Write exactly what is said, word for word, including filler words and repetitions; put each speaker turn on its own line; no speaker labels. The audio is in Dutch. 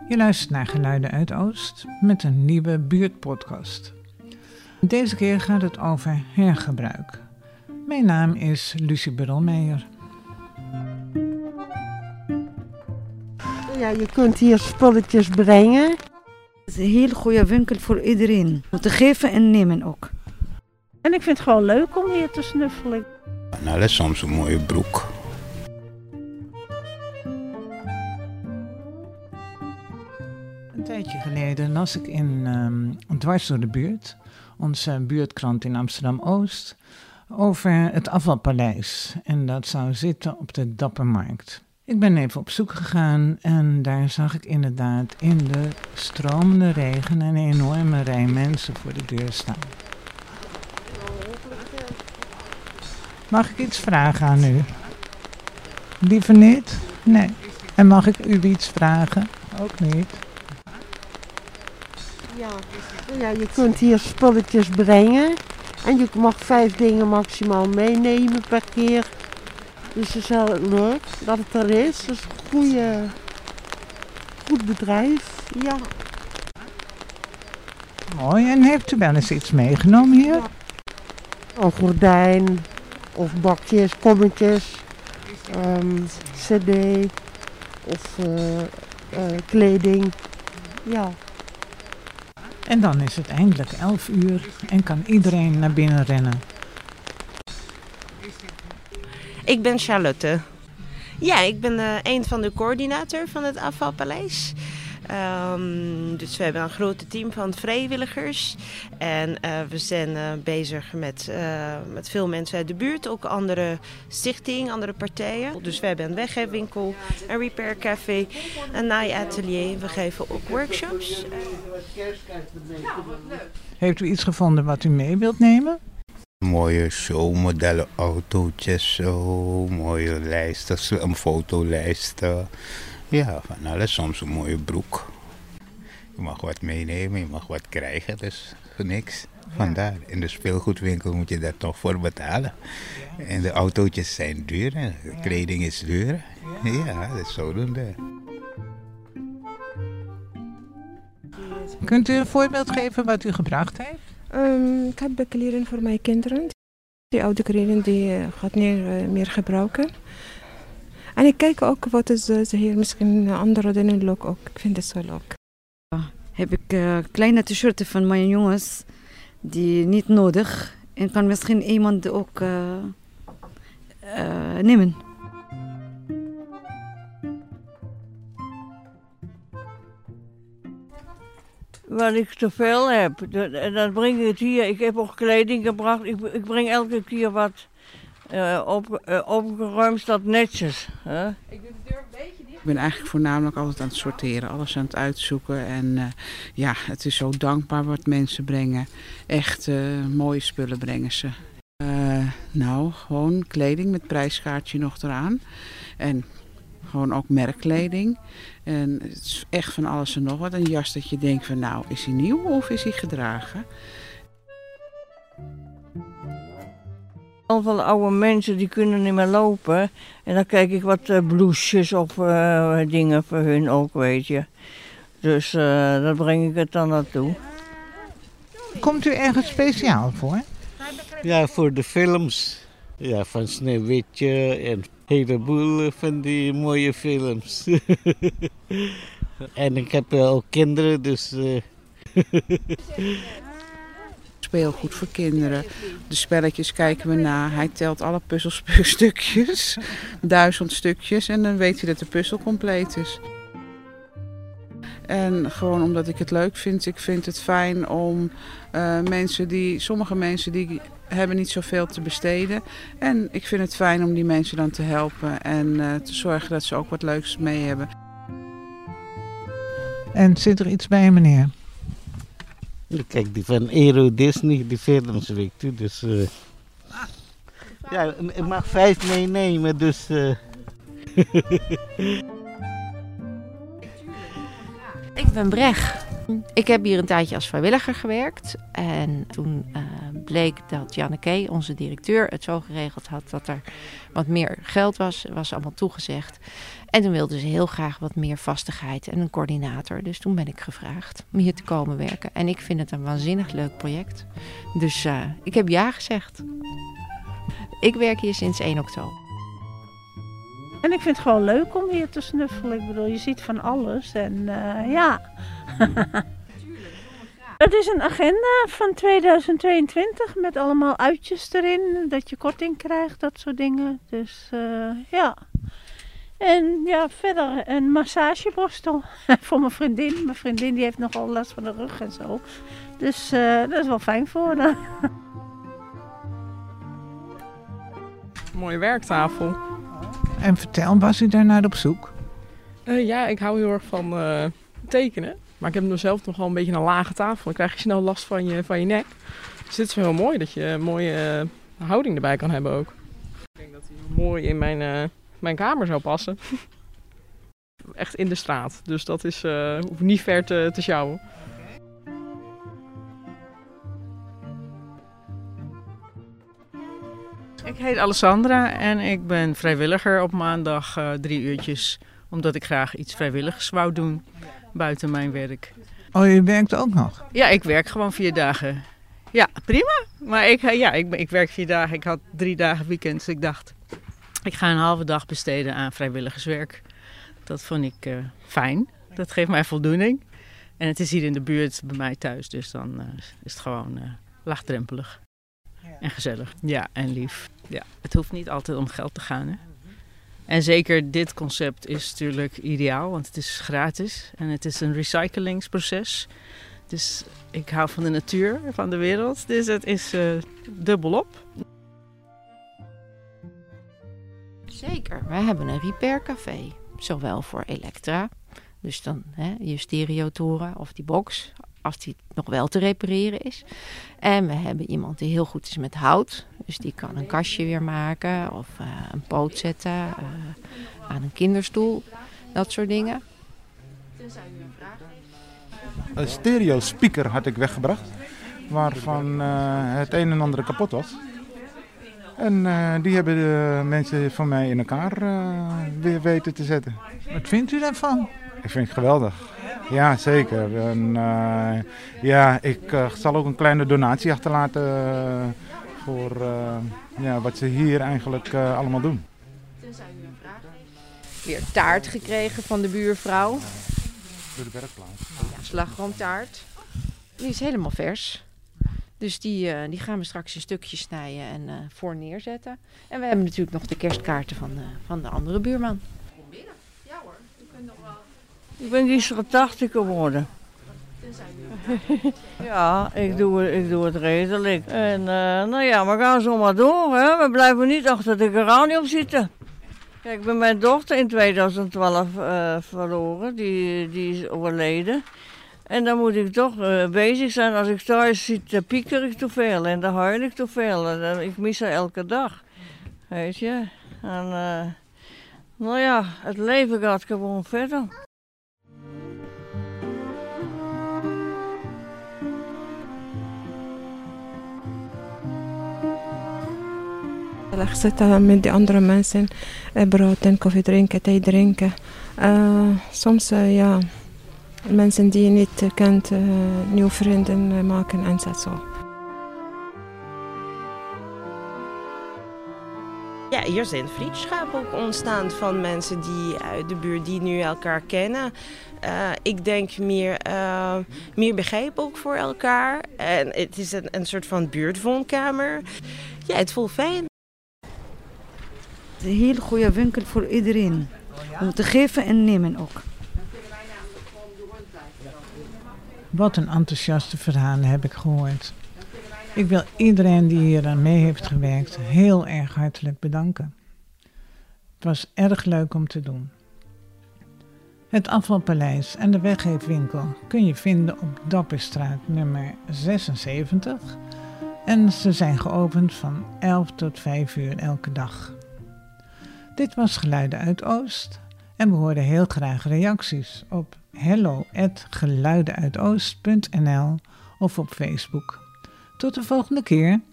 Je luistert naar Geluiden uit Oost met een nieuwe buurtpodcast. Deze keer gaat het over hergebruik. Mijn naam is Lucie Beddelmeijer.
Ja, je kunt hier spulletjes brengen.
Het is een hele goede winkel voor iedereen. Om te geven en nemen ook.
En ik vind het gewoon leuk om hier te snuffelen.
Nou, dat is soms een mooie broek.
Een tijdje geleden las ik in um, Dwars door de buurt, onze buurtkrant in Amsterdam-Oost, over het afvalpaleis. En dat zou zitten op de Dappermarkt. Ik ben even op zoek gegaan en daar zag ik inderdaad in de stromende regen een enorme rij mensen voor de deur staan. Mag ik iets vragen aan u? Liever niet? Nee. En mag ik u iets vragen? Ook niet.
Ja, ja, je kunt hier spulletjes brengen. En je mag vijf dingen maximaal meenemen per keer. Dus het is wel leuk dat het er is. Het is een goede, goed bedrijf. Ja.
Mooi. En heeft u wel eens iets meegenomen hier?
Een gordijn of bakjes, kommetjes, um, cd of uh, uh, kleding. Ja.
En dan is het eindelijk elf uur en kan iedereen naar binnen rennen.
Ik ben Charlotte. Ja, ik ben uh, een van de coördinator van het afvalpaleis. Um, dus we hebben een groot team van vrijwilligers. En uh, we zijn uh, bezig met, uh, met veel mensen uit de buurt. Ook andere stichtingen, andere partijen. Dus we hebben een weggeefwinkel, een repaircafé, een naaiatelier. We geven ook workshops.
Heeft u iets gevonden wat u mee wilt nemen?
Mooie showmodellen, autootjes, zo, mooie lijsten, een fotolijst. Ja, van alles, soms een mooie broek. Je mag wat meenemen, je mag wat krijgen, dus voor niks. Vandaar, in de speelgoedwinkel moet je daar toch voor betalen. En de autootjes zijn duur, en de kleding is duur. Ja, dat is zodoende.
Kunt u een voorbeeld geven wat u gebracht heeft?
Um, ik heb kleren voor mijn kinderen. Die oude kleren die uh, gaat niet uh, meer gebruiken. En ik kijk ook wat is uh, ze hier misschien andere dingen leuk ook. Ik vind het zo leuk.
Uh, heb ik uh, kleine t-shirts van mijn jongens die niet nodig. En kan misschien iemand ook uh, uh, nemen.
Wat ik te veel heb, dan, dan breng ik het hier. Ik heb ook kleding gebracht. Ik, ik breng elke keer wat uh, op, uh, opgeruimd, dat netjes. Huh?
Ik doe de deur een beetje dicht. Ik ben eigenlijk voornamelijk altijd aan het sorteren, alles aan het uitzoeken. En uh, ja, het is zo dankbaar wat mensen brengen. Echt uh, mooie spullen brengen ze. Uh, nou, gewoon kleding met prijskaartje nog eraan. En gewoon ook merkkleding. En het is echt van alles en nog wat. Een jas dat je denkt van nou, is hij nieuw of is hij gedragen?
Al veel oude mensen die kunnen niet meer lopen. En dan kijk ik wat uh, blouses of uh, dingen voor hun ook, weet je. Dus uh, daar breng ik het dan naartoe.
Komt u ergens speciaal voor?
Ja, voor de films. Ja, van Sneeuwwitje en een heleboel van die mooie films. En ik heb ook kinderen, dus... Uh...
Speelgoed voor kinderen. De spelletjes kijken we na. Hij telt alle puzzelstukjes. Duizend stukjes. En dan weet hij dat de puzzel compleet is. En gewoon omdat ik het leuk vind. Ik vind het fijn om uh, mensen die... Sommige mensen die hebben niet zoveel te besteden. En ik vind het fijn om die mensen dan te helpen. En uh, te zorgen dat ze ook wat leuks mee hebben.
En zit er iets bij, meneer?
Kijk, die van Euro Disney, die films, weet u. Dus, uh... ja, ik mag vijf meenemen, dus... Uh...
Ik ben Brecht. Ik heb hier een tijdje als vrijwilliger gewerkt. En toen uh, bleek dat Janneke, onze directeur, het zo geregeld had dat er wat meer geld was. Was allemaal toegezegd. En toen wilden ze heel graag wat meer vastigheid en een coördinator. Dus toen ben ik gevraagd om hier te komen werken. En ik vind het een waanzinnig leuk project. Dus uh, ik heb ja gezegd. Ik werk hier sinds één oktober.
En ik vind het gewoon leuk om hier te snuffelen. Ik bedoel, je ziet van alles en uh, ja. Het is een agenda van tweeduizend tweeëntwintig met allemaal uitjes erin. Dat je korting krijgt, dat soort dingen. Dus uh, ja. En ja, verder een massageborstel voor mijn vriendin. Mijn vriendin die heeft nogal last van de rug en zo. Dus uh, dat is wel fijn voor haar.
Mooie werktafel.
En vertel, was u daar naar op zoek?
Uh, ja, ik hou heel erg van uh, tekenen. Maar ik heb mezelf nog wel een beetje een lage tafel. Dan krijg je snel last van je, van je nek. Dus dit is wel heel mooi dat je een mooie uh, houding erbij kan hebben ook. Ik denk dat hij mooi in mijn, uh, mijn kamer zou passen. Echt in de straat. Dus dat is uh, hoef niet ver te, te sjouwen.
Ik heet Alessandra en ik ben vrijwilliger op maandag uh, drie uurtjes. Omdat ik graag iets vrijwilligers wou doen buiten mijn werk.
Oh, je werkt ook nog?
Ja, ik werk gewoon vier dagen. Ja, prima. Maar ik, ja, ik, ik werk vier dagen. Ik had drie dagen weekend. Dus ik dacht, ik ga een halve dag besteden aan vrijwilligerswerk. Dat vond ik uh, fijn. Dat geeft mij voldoening. En het is hier in de buurt bij mij thuis. Dus dan uh, is het gewoon uh, laagdrempelig. En gezellig. Ja, en lief. Ja, het hoeft niet altijd om geld te gaan. Hè? En zeker dit concept is natuurlijk ideaal, want het is gratis. En het is een recyclingsproces. Dus ik hou van de natuur, van de wereld. Dus het is uh, dubbelop.
Zeker. Wij hebben een repaircafé. Zowel voor Elektra. Dus dan hè, je stereotoren of die box. Als die nog wel te repareren is. En we hebben iemand die heel goed is met hout. Dus die kan een kastje weer maken. Of uh, een poot zetten. Uh, aan een kinderstoel. Dat soort dingen. Tenzij u een vraag heeft.
Een stereo speaker had ik weggebracht. Waarvan uh, het een en ander kapot was. En uh, die hebben de mensen van mij in elkaar uh, weer weten te zetten.
Wat vindt u daarvan?
Ik vind het geweldig. Ja, zeker. En, uh, ja, ik uh, zal ook een kleine donatie achterlaten uh, voor uh, ja, wat ze hier eigenlijk uh, allemaal doen.
Tenzij u een vraag heeft. Weer taart gekregen van de buurvrouw.
Door de werkplaats.
Ja, slagroomtaart. Die is helemaal vers. Dus die, uh, die gaan we straks in stukjes snijden en uh, voor neerzetten. En we hebben natuurlijk nog de kerstkaarten van de, van de andere buurman. Kom binnen. Ja hoor, u kunt nog wel.
Ik ben gisteren tachtig geworden. Ja, ik doe, ik doe het redelijk. En uh, nou ja, we gaan zo maar door. Hè. We blijven niet achter de geranium zitten. Kijk, ik ben mijn dochter in tweeduizend twaalf uh, verloren. Die, die is overleden. En dan moet ik toch uh, bezig zijn. Als ik thuis zit, uh, pieker ik te veel en dan huil ik te veel. En, uh, ik mis haar elke dag. Weet je. En uh, nou ja, het leven gaat gewoon verder.
Ik zit met de andere mensen, brood en koffie drinken, thee drinken. Uh, soms uh, ja, mensen die je niet uh, kent, uh, nieuwe vrienden uh, maken en zo.
Ja, hier zijn vriendschappen ook ontstaan van mensen die uit de buurt die nu elkaar kennen. Uh, ik denk meer, uh, meer begrip ook voor elkaar. En het is een, een soort van buurtwoonkamer. Ja, het voelt fijn.
Het is een hele goede winkel voor iedereen. Om te geven en nemen ook.
Wat een enthousiaste verhalen heb ik gehoord. Ik wil iedereen die hier aan mee heeft gewerkt heel erg hartelijk bedanken. Het was erg leuk om te doen. Het afvalpaleis en de weggeefwinkel kun je vinden op Dapperstraat nummer zesenzeventig. En ze zijn geopend van elf tot vijf uur elke dag. Dit was Geluiden uit Oost en we hoorden heel graag reacties op hello at geluidenuitoost punt n l of op Facebook. Tot de volgende keer.